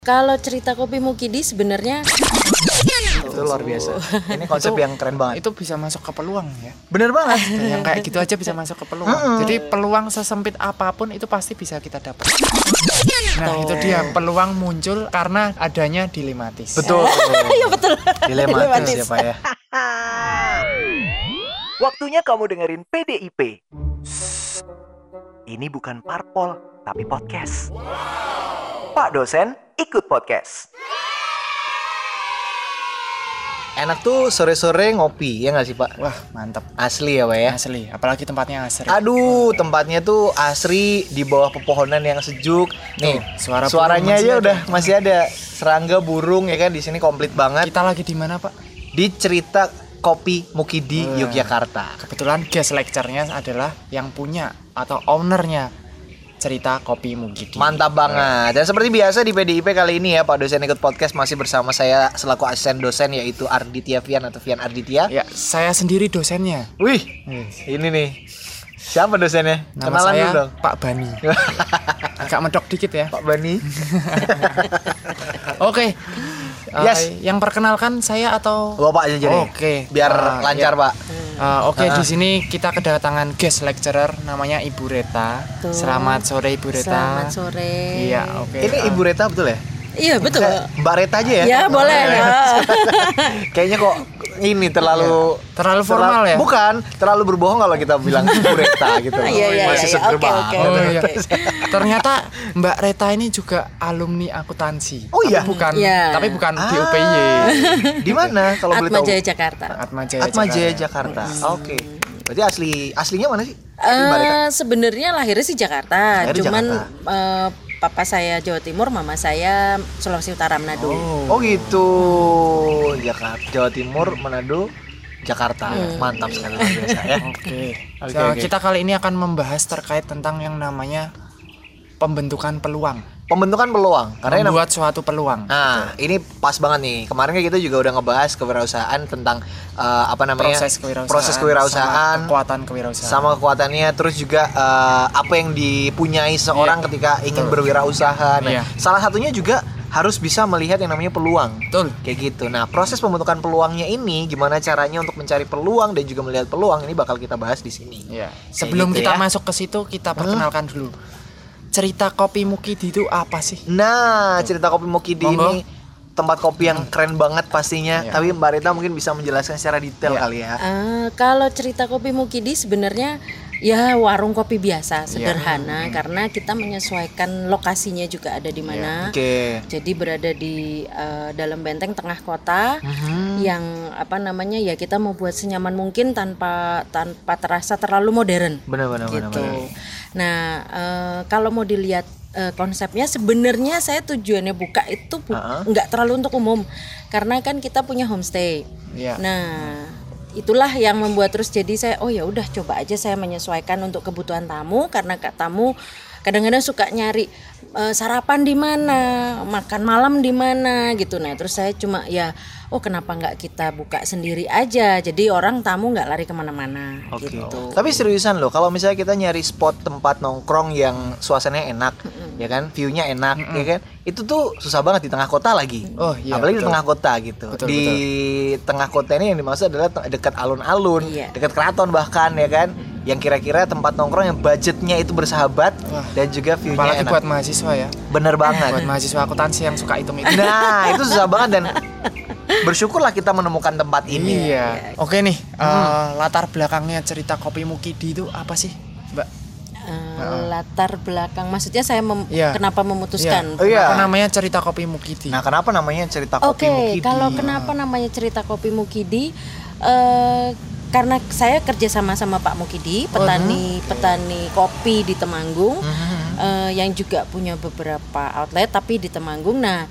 Kalau cerita Kopi Mukidi sebenarnya itu luar biasa. Ini konsep yang keren banget. Itu bisa masuk ke peluang ya. Bener banget. Yang kayak gitu aja bisa masuk ke peluang. Jadi peluang sesempit apapun itu pasti bisa kita dapat. Nah, itu dia peluang muncul karena adanya dilematis. Betul. Iya betul. Dilematis ya Pak ya. Waktunya kamu dengerin PDIP. Ini bukan parpol, tapi podcast. Pak dosen ikut podcast. Enak tuh sore-sore ngopi, ya nggak sih Pak? Wah, mantap. Asli ya Pak ya? Asli, apalagi tempatnya asri. Aduh, tempatnya tuh asri di bawah pepohonan yang sejuk. Nih, suaranya aja udah masih ada. Serangga, burung ya kan, di sini komplit banget. Kita lagi di mana, Pak? Di cerita Kopi Mukidi Yogyakarta. Kebetulan guest lecture-nya adalah yang punya atau ownernya cerita Kopi Mukidi. Mantap banget. Dan seperti biasa di PDIP kali ini ya, Pak dosen ikut podcast masih bersama saya selaku asisten dosen, yaitu Arditya Fian atau Fian Arditya. Ya, saya sendiri dosennya. Wih, ini nih. Siapa dosennya? Nama Kenalan saya dulu dong. Pak Bani. Agak medok dikit ya. Pak Bani. Oke. Yes. Yang perkenalkan saya atau Bapak aja jadi. Oke. Biar lancar, Pak. Oke, di sini kita kedatangan guest lecturer namanya Ibu Reta. Tuh. Selamat sore Ibu Reta. Selamat sore. Iya, oke. Ini Ibu Reta betul ya? Iya betul. Mbak Reta aja ya? Ya boleh ya. Kayaknya kok ini terlalu formal ya? Bukan, terlalu berbohong kalau kita bilang Ibu Reta gitu. Iya. Masih seger banget. Oh, iya. Ternyata Mbak Reta ini juga alumni akuntansi. Oh iya? Tapi bukan di UPY. Di mana kalau boleh tahu? Atma Jaya Jakarta. Atma Jaya Jakarta. Oke. Berarti aslinya mana sih? Mbak Reta? Sebenarnya lahirnya sih Jakarta. Lahir di Cuman Jakarta. papa saya Jawa Timur, mama saya Sulawesi Utara, Manado. Oh gitu. Jakarta, Jawa Timur, Manado, Jakarta. Mantap sekali, luar biasa ya. Oke. Oke. Kita kali ini akan membahas terkait tentang yang namanya pembentukan peluang. Pembentukan peluang. Karena Membuat suatu peluang. Nah, ini pas banget nih. Kemarin kan kita juga udah ngebahas kewirausahaan tentang proses kewirausahaan, sama kekuatan kewirausahaan. sama kekuatannya, terus juga apa yang dipunyai seorang ketika ingin berwirausaha. Nah, salah satunya juga harus bisa melihat yang namanya peluang. Betul. Kayak gitu. Nah, proses pembentukan peluangnya ini gimana caranya untuk mencari peluang dan juga melihat peluang, ini bakal kita bahas di sini. Iya. Sebelum gitu kita ya. masuk ke situ, kita perkenalkan dulu. Cerita Kopi Mukidi itu apa sih? Nah, cerita Kopi Mukidi Monggo. ini tempat kopi yang keren banget pastinya. Iya. Tapi Mbak Rita mungkin bisa menjelaskan secara detail kali ya. Kalau cerita Kopi Mukidi sebenarnya ya warung kopi biasa, sederhana, karena kita menyesuaikan lokasinya juga ada di mana. Oke. Jadi berada di dalam benteng tengah kota, yang ya kita mau buat senyaman mungkin tanpa terasa terlalu modern. Benar. Gitu. Nah, kalau mau dilihat konsepnya, sebenarnya saya tujuannya buka itu nggak terlalu untuk umum, karena kan kita punya homestay. Iya. Nah, itulah yang membuat terus jadi saya ya udah coba aja saya menyesuaikan untuk kebutuhan tamu, karena tamu kadang-kadang suka nyari sarapan di mana, makan malam di mana gitu. Nah, terus saya cuma kenapa nggak kita buka sendiri aja, jadi orang tamu nggak lari kemana-mana. Gitu. Tapi seriusan loh, kalau misalnya kita nyari spot tempat nongkrong yang suasananya enak, ya kan, view-nya enak, ya kan, itu tuh susah banget di tengah kota lagi. Oh iya. Apalagi betul. di tengah kota gitu. Di tengah kota ini yang dimaksud adalah dekat alun-alun, dekat keraton bahkan, ya kan, yang kira-kira tempat nongkrong yang budgetnya itu bersahabat. Dan juga view-nya Apalagi enak. buat mahasiswa ya. Bener banget. Buat mahasiswa akuntansi yang suka hitung-hitung. Nah, itu susah banget, dan bersyukurlah kita menemukan tempat ini. Iya. Oke nih, latar belakangnya cerita Kopi Mukidi itu apa sih, Mbak? Latar belakang, maksudnya saya kenapa memutuskan? Kenapa namanya cerita Kopi Mukidi? Nah, kenapa namanya cerita Kopi Mukidi? Kalau kenapa namanya cerita Kopi Mukidi? Karena saya kerja sama Pak Mukidi, petani kopi di Temanggung, yang juga punya beberapa outlet tapi di Temanggung. Nah,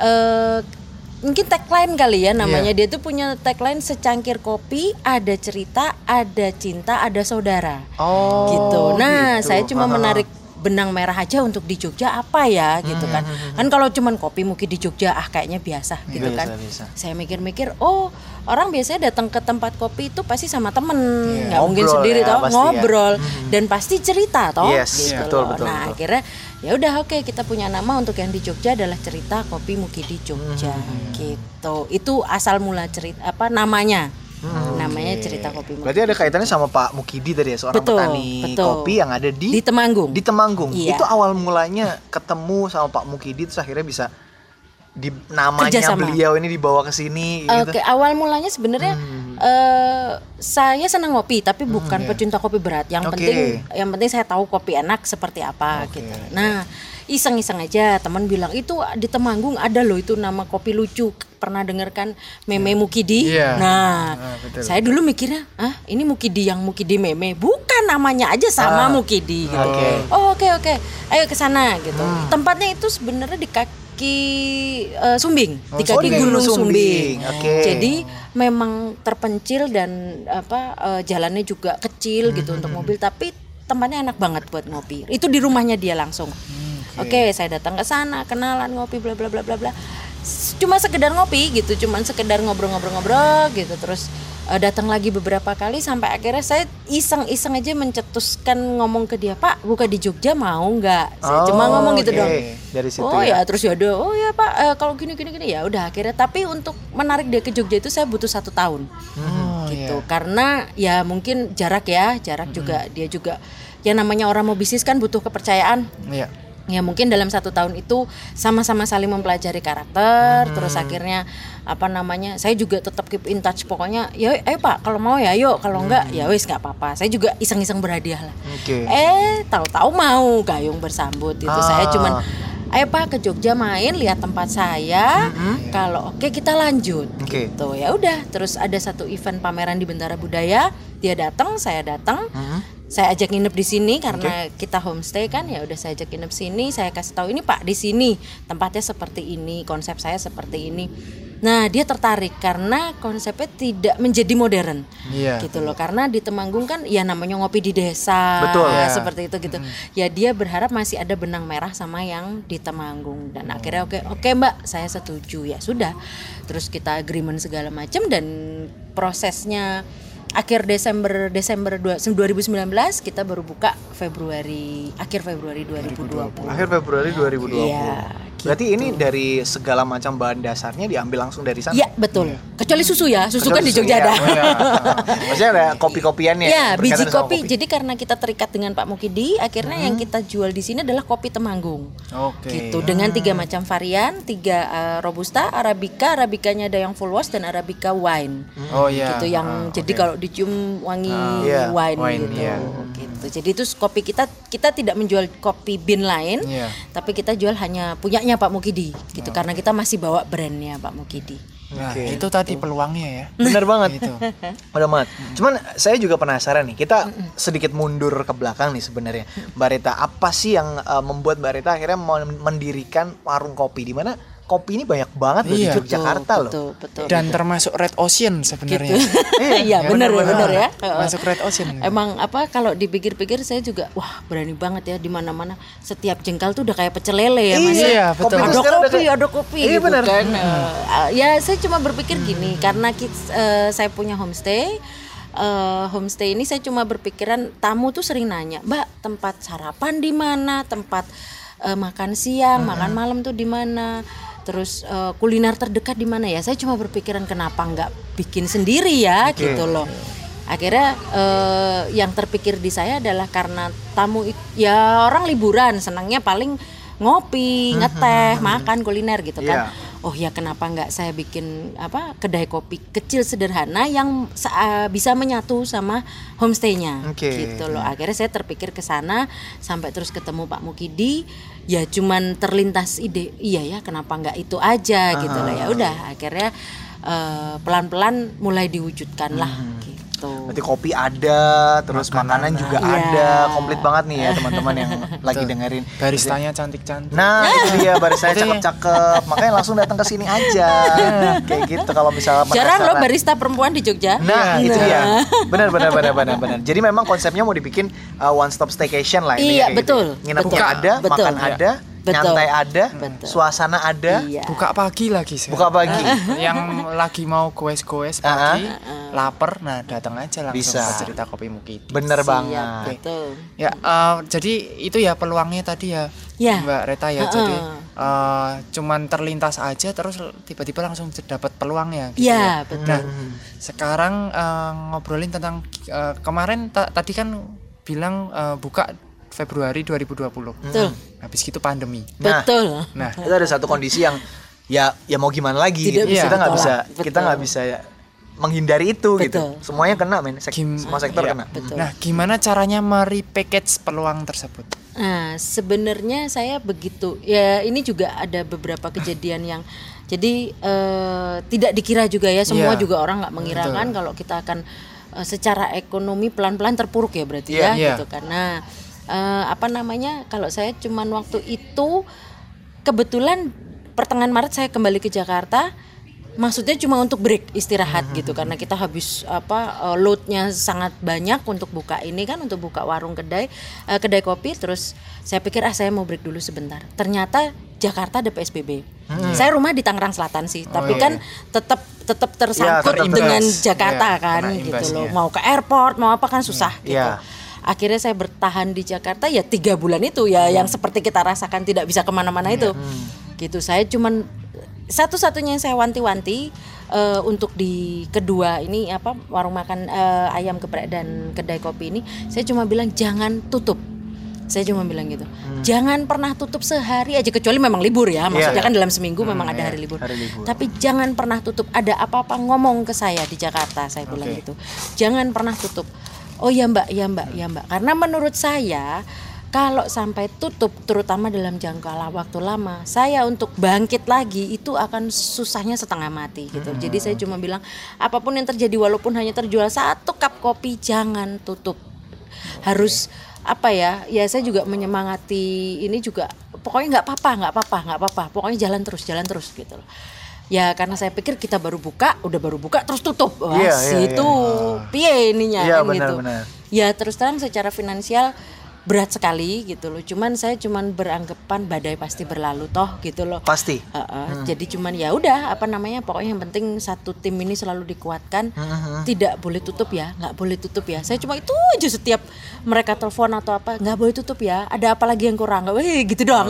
mungkin tagline kali ya namanya. Dia tuh punya tagline, secangkir kopi, ada cerita, ada cinta, ada saudara. Gitu. Nah, saya cuma menarik benang merah aja untuk di Jogja apa ya gitu kan. Kan kalau cuman Kopi Mukidi di Jogja kayaknya biasa gitu kan. Saya mikir-mikir, orang biasanya datang ke tempat kopi itu pasti sama temen, nggak mungkin sendiri toh, ngobrol dan pasti cerita toh gitu loh. Nah, akhirnya Ya udah oke, kita punya nama untuk yang di Jogja adalah Cerita Kopi Mukidi Jogja gitu. Itu asal mula cerita namanya. Namanya Cerita Kopi Mukidi. Berarti ada kaitannya sama Pak Mukidi tadi ya, seorang petani kopi yang ada di Temanggung. Di Temanggung. Iya. Itu awal mulanya ketemu sama Pak Mukidi terus akhirnya bisa namanya kerjasama. Beliau ini dibawa ke sini gitu. Awal mulanya sebenarnya saya senang ngopi tapi bukan pecinta kopi berat. Yang penting saya tahu kopi enak seperti apa gitu. Nah, iseng-iseng aja teman bilang itu di Temanggung ada loh itu nama kopi lucu. Pernah dengar kan Meme Mukidi? Nah, saya dulu mikirnya, ini Mukidi yang Mukidi Meme, bukan namanya aja sama Mukidi gitu. Oke. Ayo ke sana gitu. Tempatnya itu sebenarnya di kaki Sumbing, di kaki Gunung Sumbing. Jadi memang terpencil dan jalannya juga kecil gitu untuk mobil, tapi tempatnya enak banget buat ngopi. Itu di rumahnya dia langsung. Oke, saya datang ke sana, kenalan, ngopi bla bla bla bla bla. Cuma sekedar ngopi gitu, cuma sekedar ngobrol-ngobrol gitu. Terus datang lagi beberapa kali sampai akhirnya saya iseng-iseng aja mencetuskan ngomong ke dia, Pak buka di Jogja mau nggak? Saya cuma ngomong gitu dong. Dari situ terus ya udah, Pak kalau gini ya udah akhirnya. Tapi untuk menarik dia ke Jogja itu saya butuh 1 tahun gitu. Karena ya mungkin jarak juga, dia juga ya namanya orang mau bisnis kan butuh kepercayaan. Ya mungkin dalam 1 tahun itu sama-sama saling mempelajari karakter. Terus akhirnya saya juga tetap keep in touch. Pokoknya ya ayo Pak kalau mau ya ayo, kalau enggak ya wis nggak apa-apa. Saya juga iseng-iseng berhadiah lah. Tahu-tahu mau gayung bersambut itu. Saya cuman ayo Pak ke Jogja main, lihat tempat saya. Kalau oke kita lanjut gitu. Ya udah, terus ada satu event pameran di Bentara Budaya, dia datang, saya datang. Saya ajak nginep di sini karena kita homestay kan, ya udah saya ajak nginep sini, saya kasih tahu ini Pak di sini tempatnya seperti ini, konsep saya seperti ini. Nah dia tertarik karena konsepnya tidak menjadi modern, gitu loh. Karena di Temanggung kan ya namanya ngopi di desa, seperti itu gitu. Ya dia berharap masih ada benang merah sama yang di Temanggung. Dan akhirnya oke Mbak, saya setuju. Ya sudah. Terus kita agreement segala macam dan prosesnya akhir Desember 2019 kita baru buka akhir Februari 2020. Akhir Februari 2020. Iya. Berarti ini dari segala macam bahan dasarnya diambil langsung dari sana? Iya betul. Kecuali susu ya, susu kan di Jogja ada. Maksudnya ada kopi-kopiannya. Ya biji kopi. Jadi karena kita terikat dengan Pak Mukidi, akhirnya yang kita jual di sini adalah kopi Temanggung. Gitu dengan 3 macam varian, 3 robusta, arabica, arabicanya ada yang full wash dan arabica wine. Gitu yang jadi kalau dicium wangi wine gitu. Gitu. Jadi itu kopi kita tidak menjual kopi bin lain, tapi kita jual hanya punyanya Pak Mukidi gitu. Karena kita masih bawa brandnya Pak Mukidi. Nah, itu tadi peluangnya ya. Benar banget. Gitu. Benar banget. Cuman saya juga penasaran nih. Kita sedikit mundur ke belakang nih sebenarnya. Mbak Rita, apa sih yang membuat Mbak Rita akhirnya mendirikan warung kopi di mana kopi ini banyak banget di Yogyakarta loh. Betul. Dan termasuk Red Ocean sebenarnya. Iya, benar ya. Masuk Red Ocean. Emang kalau dipikir-pikir saya juga berani banget ya, di mana-mana setiap jengkal tuh udah kayak pecel lele ya Mas. Iya, betul. Ada kopi gitu bener. Kan. Ya saya cuma berpikir gini, karena saya punya homestay. Homestay ini saya cuma berpikiran, tamu tuh sering nanya, Mbak tempat sarapan di mana, tempat makan siang, makan malam tuh di mana, terus kuliner terdekat di mana ya. Saya cuma berpikiran kenapa nggak bikin sendiri ya gitu loh. Akhirnya yang terpikir di saya adalah karena tamu ya orang liburan senangnya paling ngopi, ngeteh, makan kuliner gitu kan. Oh ya kenapa nggak saya bikin kedai kopi kecil sederhana yang bisa menyatu sama homestaynya gitu loh. Akhirnya saya terpikir ke sana sampai terus ketemu Pak Mukidi, ya cuman terlintas ide, iya ya kenapa nggak itu aja gitu loh. Ya udah akhirnya pelan-pelan mulai diwujudkan lah gitu. Berarti kopi ada, terus makanan juga ada, komplit banget nih ya teman-teman yang lagi dengerin. Baristanya cantik-cantik. Nah, itu dia baristanya cakep-cakep, makanya langsung datang ke sini aja. Kayak gitu kalau misalnya jarang loh barista perempuan di Jogja. Nah, itu dia. Benar. Jadi memang konsepnya mau dibikin one stop staycation lah ini. Iya, betul. Nginep ada, makan ada. Betul. nyantai ada, Betul. suasana ada, Iya. Buka pagi lagi sih. buka pagi. Yang lagi mau goes-goes pagi, lapar, nah datang aja langsung Bisa. ke Cerita Kopi Mukidi. Bener Siap, banget. betul. Ya, jadi itu ya peluangnya tadi ya, Ya. Mbak Reta ya. Jadi cuman terlintas aja, terus tiba-tiba langsung dapat peluangnya. Gitu Ya, betul. Nah, sekarang ngobrolin tentang kemarin tadi kan bilang buka Februari 2020. Betul. Habis gitu pandemi. Nah, Betul. Nah, itu ada satu kondisi yang ya mau gimana lagi Tidak gitu. bisa Kita nggak bisa ditolak. kita nggak bisa menghindari itu gitu. Betul. Semuanya kena men. Semua sektor iya. kena. Betul. Nah, gimana caranya merepackage peluang tersebut? Nah, sebenarnya saya begitu. Ya, ini juga ada beberapa kejadian yang jadi tidak dikira juga ya. Semua Iya. juga orang nggak mengirakan kalau kita akan secara ekonomi pelan-pelan terpuruk ya berarti ya, Iya. gitu kan. Nah, kalau saya cuman waktu itu kebetulan pertengahan Maret saya kembali ke Jakarta. Maksudnya cuma untuk break istirahat gitu karena kita habis loadnya sangat banyak untuk buka ini kan, untuk buka warung kedai kopi. Terus saya pikir saya mau break dulu sebentar. Ternyata Jakarta ada PSBB. Saya rumah di Tangerang Selatan sih, tapi kan tetap tersangkut tetap dengan imbas. Jakarta Iya, kan kena gitu loh. imbasnya. Mau ke airport mau apa kan susah gitu. Iya. Akhirnya saya bertahan di Jakarta ya 3 bulan itu ya, yang seperti kita rasakan tidak bisa kemana-mana itu. Gitu, saya cuman satu-satunya yang saya wanti-wanti untuk di kedua ini warung makan ayam geprek dan kedai kopi ini, saya cuma bilang jangan tutup. Saya cuma bilang gitu. Jangan pernah tutup sehari aja, kecuali memang libur ya. Maksudnya Iya. kan dalam seminggu memang ada hari libur. hari libur. Tapi jangan pernah tutup. Ada apa-apa ngomong ke saya di Jakarta, saya bilang Oke. gitu. Jangan pernah tutup. Oh ya Mbak, ya Mbak, ya Mbak. Karena menurut saya kalau sampai tutup, terutama dalam jangka waktu lama, saya untuk bangkit lagi itu akan susahnya setengah mati gitu. Jadi saya cuma bilang apapun yang terjadi, walaupun hanya terjual 1 cup kopi, jangan tutup. Harus ya saya juga menyemangati ini juga. Pokoknya nggak apa-apa. Pokoknya jalan terus gitu loh. Ya karena saya pikir kita udah baru buka terus tutup. Wah, Iya, itu piye ininya Iya, kan gitu. benar-benar. Ya terus terang secara finansial berat sekali gitu loh. Saya cuman beranggapan badai pasti berlalu toh gitu loh. Pasti. Jadi cuman ya udah pokoknya yang penting satu tim ini selalu dikuatkan. Tidak boleh tutup ya, nggak boleh tutup ya. Saya cuma itu aja setiap mereka telepon atau apa, nggak boleh tutup ya. Ada apa lagi yang kurang? Gitu doang.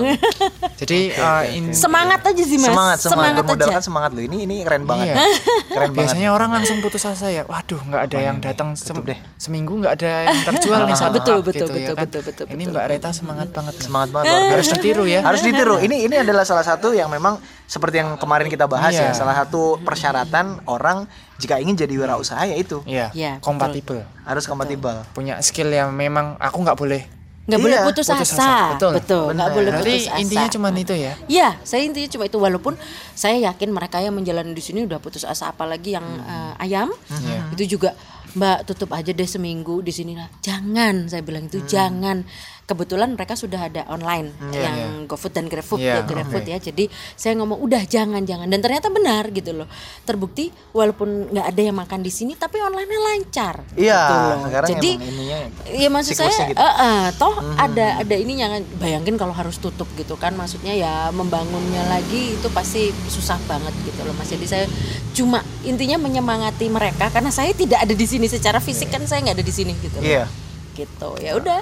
Jadi Semangat aja sih Mas. Semangat. Bermodalkan aja. semangat loh. Ini keren banget. Iya. Keren banget. biasanya orang langsung putus asa ya. Waduh, nggak ada yang datang tutup deh. seminggu, nggak ada yang terjual nih satu Betul, cup betul, gitu betul, ya kan. betul. Ini Mbak Reta semangat banget. Semangat banget, luar biasa. Harus ditiru ya. Harus ditiru. Ini adalah salah satu yang memang seperti yang kemarin kita bahas Iya. ya. Salah satu persyaratan orang jika ingin jadi wirausaha yaitu Iya, Iya, betul. kompatibel. harus kompatibel. Punya skill yang memang aku nggak boleh. Nggak boleh Iya, putus putus asa. asa. Betul. Nggak Benar. boleh Berarti putus asa. intinya cuma itu ya. Iya, saya intinya cuma itu, walaupun saya yakin mereka yang menjalani di sini udah putus asa, apalagi yang ayam. Itu juga Mbak tutup aja deh seminggu di sini lah. Jangan, saya bilang itu jangan. Kebetulan mereka sudah ada online yang GoFood dan GrabFood Iya, ya, GrabFood oke. ya. Jadi saya ngomong udah jangan. Dan ternyata benar gitu loh. Terbukti walaupun nggak ada yang makan di sini tapi online-nya lancar. Iya, gitu loh. sekarang Jadi emang ininya ya maksud saya siklusnya gitu. toh ada ininya kan. Bayangin kalau harus tutup gitu kan, maksudnya ya membangunnya lagi itu pasti susah banget gitu loh Mas. Jadi saya cuma intinya menyemangati mereka karena saya tidak ada di sini secara fisik, kan saya nggak ada di sini gitu loh. Iya. Gitu. Ya udah,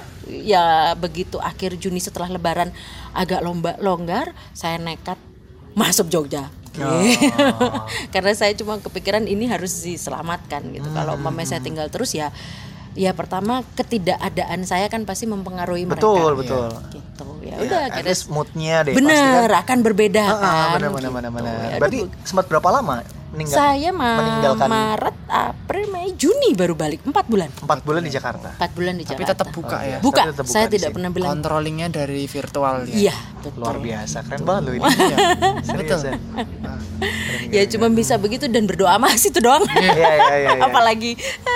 ya begitu akhir Juni setelah Lebaran agak longgar, saya nekat masuk Jogja. Karena saya cuma kepikiran ini harus diselamatkan gitu. Kalau umpamanya saya tinggal terus ya pertama ketidakadaan saya kan pasti mempengaruhi mereka. Betul. Gitu. Ya Ya, udah at akhirnya least moodnya deh pasti bener kan. akan berbeda kan. Benar. Gitu. Ya Berarti udah, sempat berapa lama saya meninggalkan Maret, April, Mei, Juni baru balik 4 bulan. 4 bulan di Jakarta? 4 bulan di Tapi Jakarta. tetap buka ya. Buka, Tapi tetap buka saya di tidak sini. pernah bilang. Controllingnya dari virtual ya. Iya, betul. Luar biasa, keren banget loh ini. Iya, Serius betul. ya? Ya cuma bisa begitu dan berdoa masih itu doang. Iya. Apalagi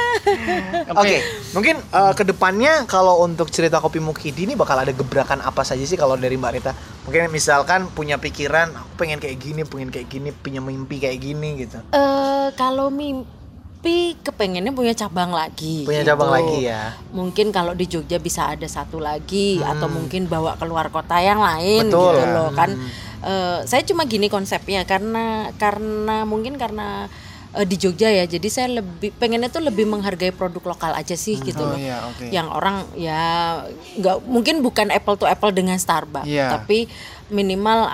Oke, mungkin kedepannya kalau untuk cerita Kopi Mukidi ini bakal ada gebrakan apa saja sih kalau dari Mbak Rita? Mungkin misalkan punya pikiran, aku pengen kayak gini, punya mimpi kayak gini gitu. kalau Tapi kepengennya punya cabang lagi. Punya gitu. cabang lagi ya. Mungkin kalau di Jogja bisa ada satu lagi atau mungkin bawa keluar kota yang lain Betul. gitu loh kan. Saya cuma gini konsepnya karena mungkin karena di Jogja ya, jadi saya pengennya tuh lebih menghargai produk lokal aja sih gitu loh. Iya, oke. Yang orang ya nggak mungkin bukan apple to apple dengan Starbucks, Iya. tapi minimal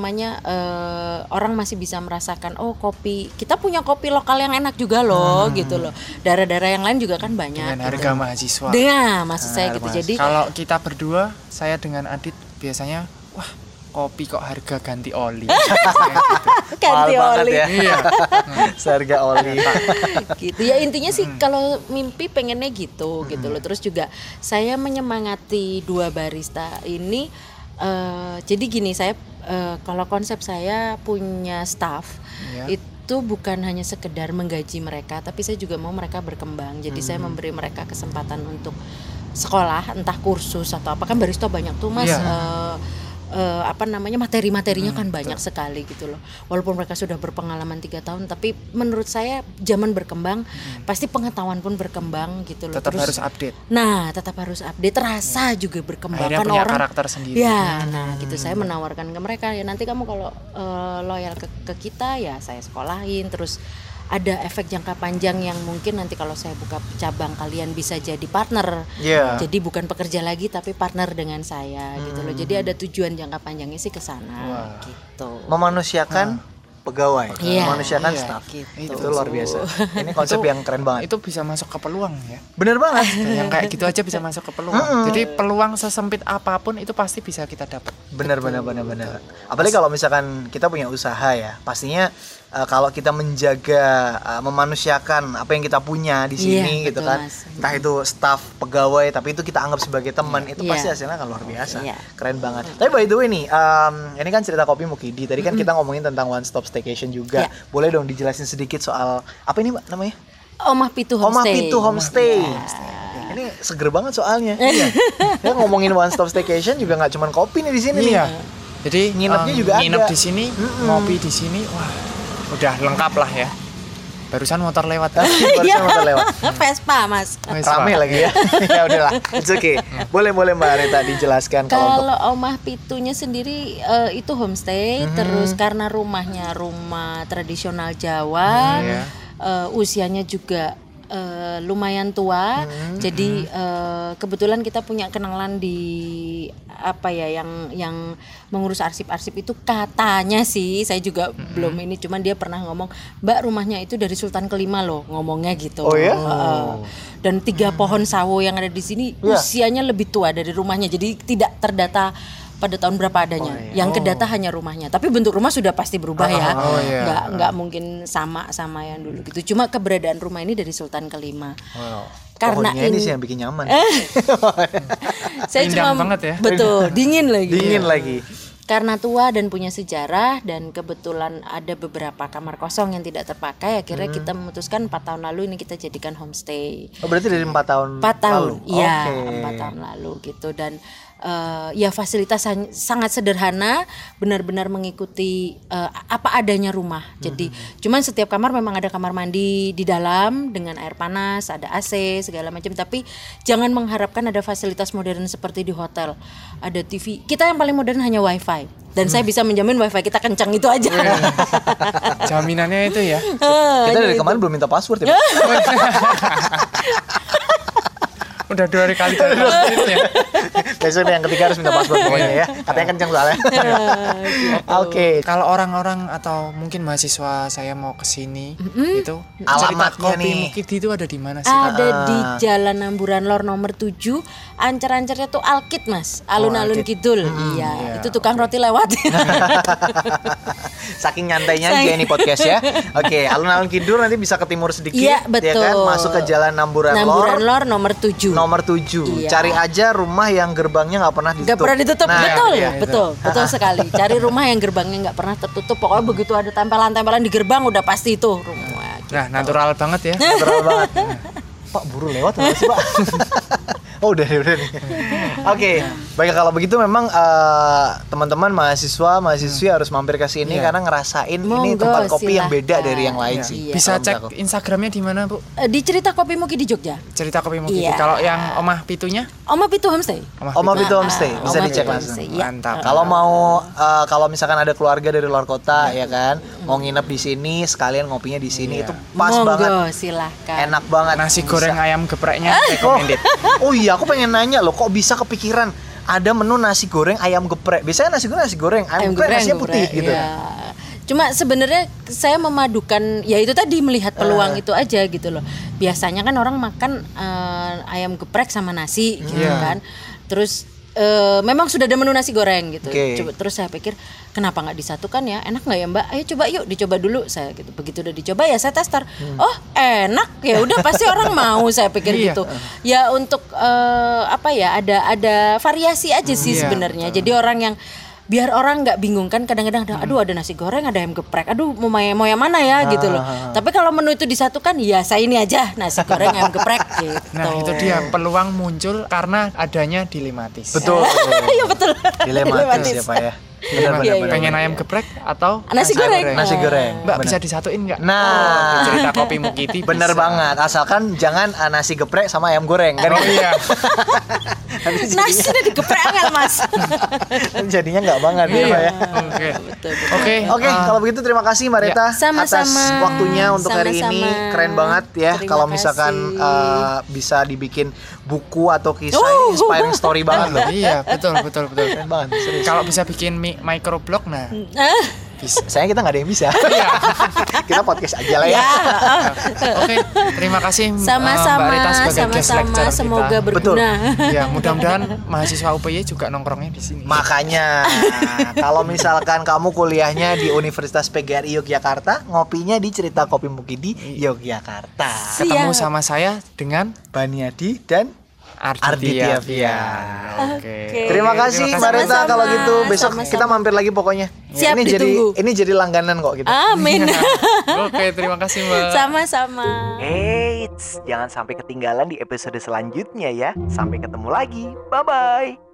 orang masih bisa merasakan kopi kita punya kopi lokal yang enak juga loh gitu loh. Daerah-daerah yang lain juga kan banyak. Dengan harga mahasiswa. Maksud saya gitu. Jadi Kalau kita berdua, saya dengan Adit biasanya, wah kopi kok harga ganti oli. ganti Mahal banget oli. ya. Iya. Seharga oli. Gitu ya, intinya sih kalau mimpi pengennya gitu loh. Terus juga saya menyemangati dua barista ini. Jadi gini, saya kalau konsep saya punya staff itu bukan hanya sekedar menggaji mereka, tapi saya juga mau mereka berkembang. Jadi saya memberi mereka kesempatan untuk sekolah, entah kursus atau apa, kan barista banyak tuh Mas. Materi-materinya kan banyak sekali gitu loh. Walaupun mereka sudah berpengalaman 3 tahun, tapi menurut saya zaman berkembang, pasti pengetahuan pun berkembang gitu loh. Tetap Terus, harus update. Nah, tetap harus update, rasa juga berkembang. Akhirnya Kan punya orang karakter sendiri. ya, nah gitu saya menawarkan ke mereka ya, nanti kamu kalau loyal ke kita ya saya sekolahin, terus ada efek jangka panjang yang mungkin nanti kalau saya buka cabang kalian bisa jadi partner. Iya. Jadi bukan pekerja lagi tapi partner dengan saya gitu loh. Jadi ada tujuan jangka panjangnya sih ke sana gitu. Memanusiakan pegawai, Iya, memanusiakan iya, staff. gitu. Itu luar biasa. Ini konsep yang keren banget. Itu bisa masuk ke peluang ya. Bener banget. Yang kayak gitu aja bisa masuk ke peluang. Jadi peluang sesempit apapun itu pasti bisa kita dapat. Bener. Apalagi kalau misalkan kita punya usaha ya, pastinya kalau kita menjaga memanusiakan apa yang kita punya di sini Iya, gitu betul, kan, Mas. entah itu staff, pegawai, tapi itu kita anggap sebagai teman, itu Iya. pasti hasilnya kan luar biasa. Iya. Keren banget. Tapi by the way nih, ini kan cerita Kopi Mukidi. Tadi kan kita ngomongin tentang one stop staycation juga. Iya. Boleh dong dijelasin sedikit soal apa ini Mbak namanya? Omah Pitu Omah Homestay. Pitu Homestay. Ini seger banget soalnya. Iya. Ya ngomongin one stop staycation juga nggak cuma kopi nih di sini nih. Iya. Jadi Nginepnya juga nginep ada. di sini, ngopi di sini, wah udah lengkap lah ya. Barusan motor lewat. Barusan motor lewat. Vespa Mas. Rame lagi ya. Ya udahlah. It's okay. Boleh Mbak Rita dijelaskan kalau untuk Kalau Omah Pitunya sendiri itu homestay, terus karena rumahnya rumah tradisional Jawa, Iya. usianya juga lumayan tua, jadi kebetulan kita punya kenalan di yang mengurus arsip-arsip itu, katanya sih, saya juga belum ini, cuman dia pernah ngomong, Mbak rumahnya itu dari Sultan kelima loh, ngomongnya gitu. Oh ya? Dan 3 pohon sawo yang ada di sini usianya lebih tua dari rumahnya, jadi tidak terdata pada tahun berapa adanya. Yang kedata hanya rumahnya. Tapi bentuk rumah sudah pasti berubah ya. Nggak mungkin sama yang dulu gitu. Cuma keberadaan rumah ini dari Sultan kelima. Karena pohonnya ini sih yang bikin nyaman. saya Rindang cuma banget ya. betul, dingin lagi. Dingin lagi. Karena tua dan punya sejarah dan kebetulan ada beberapa kamar kosong yang tidak terpakai, akhirnya kita memutuskan 4 tahun lalu ini kita jadikan homestay. Oh berarti dari 4 tahun 4 tahun, lalu? iya, Oke. 4 tahun lalu gitu. Dan ya fasilitas sangat sederhana, benar-benar mengikuti apa adanya rumah. Jadi cuman setiap kamar memang ada kamar mandi di dalam dengan air panas, ada AC segala macam, tapi jangan mengharapkan ada fasilitas modern seperti di hotel. Ada TV. Kita yang paling modern hanya wifi. Dan saya bisa menjamin wifi kita kencang itu aja. Jaminannya itu ya. Kita dari kemarin belum minta password ya. Pak? Udah 2 kali ya. Besok yang ketiga harus minta password pokoknya ya. Katanya kencang soalnya. Oke. Kalau orang-orang atau mungkin mahasiswa saya mau ke sini itu cerita Alamatnya Kopi nih. Mukidi itu ada di mana sih? Ada di Jalan Namburan Lor nomor 7. Ancer-ancernya tuh Alkit Mas, alun-alun Alkit. kidul. Iya, itu tukang roti lewat. Saking nyantainya aja ini podcast ya. Oke, alun-alun kidul nanti bisa ke timur sedikit. Iya, Ya betul. kan? Masuk ke Jalan Namburan Namburan Lor Lor nomor 7. nomor 7. Iya. Cari aja rumah yang gerbangnya nggak pernah ditutup. Gak pernah ditutup, Nah, betul, iya. betul sekali. Cari rumah yang gerbangnya nggak pernah tertutup. Pokoknya begitu ada tempelan-tempelan di gerbang udah pasti itu rumah. Nah, natural banget ya. Natural banget. Pak buru lewat nggak sih Pak? Oh udah nih. Oke, baik kalau begitu memang teman-teman mahasiswi harus mampir ke sini karena ngerasain ini Monggo, tempat kopi yang silahkan. beda dari yang lain Iya. sih. Iya. Bisa Kalau cek menurut aku. Instagramnya di mana, Bu? Di Cerita Kopi Muki di Jogja. Cerita Kopi Mukidi. Iya. Kalau yang Omah Pitunya? Oma Pitu Homestay. Oma Pitu Homestay bisa Oma dicek Pitu langsung. Homestay, iya. Mantap. Kalau mau kalau misalkan ada keluarga dari luar kota ya kan, mau nginep di sini sekalian ngopinya di sini itu pas Monggo, banget. silahkan. Enak banget. Nasi Bisa. goreng ayam gepreknya Oh, recommended. oh iya, aku pengen nanya loh, kok bisa kepikiran ada menu nasi goreng ayam geprek? Biasanya nasi goreng ayam geprek nasinya putih geprek, gitu. iya. Cuma sebenarnya saya memadukan ya itu tadi melihat peluang itu aja gitu loh. Biasanya kan orang makan ayam geprek sama nasi gitu kan. Terus memang sudah ada menu nasi goreng gitu. Oke. Coba terus saya pikir kenapa nggak disatukan ya? Enak nggak ya Mbak? Ayo coba yuk dicoba dulu saya gitu. Begitu udah dicoba ya saya tester. Oh enak ya udah pasti orang mau saya pikir Iya. gitu. Ya untuk apa ya ada variasi aja sih Iya, sebenarnya. Jadi orang yang biar orang nggak bingung kan kadang-kadang aduh ada nasi goreng ada ayam geprek aduh mau yang mana ya gitu loh. Tapi kalau menu itu disatukan ya saya ini aja nasi goreng ayam geprek gitu. Nah, itu dia peluang muncul karena adanya dilematis. Betul. Iya betul. Dilematis ya Pak ya. Benar Iya, iya. Pengen ayam geprek atau Nasi goreng. Nasi goreng. Mbak Benar. bisa disatuin nggak? Nah. Cerita Kopi Mukidi. Bener bisa. banget, asalkan jangan nasi geprek sama ayam goreng kan. Oh iya. Nasi udah digeprek angel Mas. Jadinya nggak banget ya Pak ya. Oke. Betul. Oke. Oke, kalau begitu terima kasih Mbak Rita Sama-sama. atas waktunya untuk hari ini. Sama-sama. Keren banget ya. Terima Kalau misalkan kasih. bisa dibikin buku atau kisah ini inspiring story banget loh. Iya, betul. Keren banget, serius. Kalau bisa bikin microblog, nah bisa. Sayang kita nggak ada yang bisa. Kita podcast aja lah ya. Oke, terima kasih Sama-sama, Mbak Rita sebagai guest sama-sama. lecturer Semoga kita. berguna. Ya, mudah-mudahan mahasiswa UPY juga nongkrongnya di sini. Makanya kalau misalkan kamu kuliahnya di Universitas PGRI Yogyakarta, ngopinya di Cerita Kopi Mukidi Yogyakarta. Ketemu Siap. sama saya dengan Baniadi dan Arditya Fian. Oke. Terima kasih Mbak Rita Sama-sama. kalau gitu. Besok Sama-sama. kita mampir lagi pokoknya. Siap, ini ditunggu. jadi langganan kok gitu. Amin. Oke, terima kasih Mbak. Sama-sama. Eits, jangan sampai ketinggalan di episode selanjutnya ya. Sampai ketemu lagi. Bye-bye.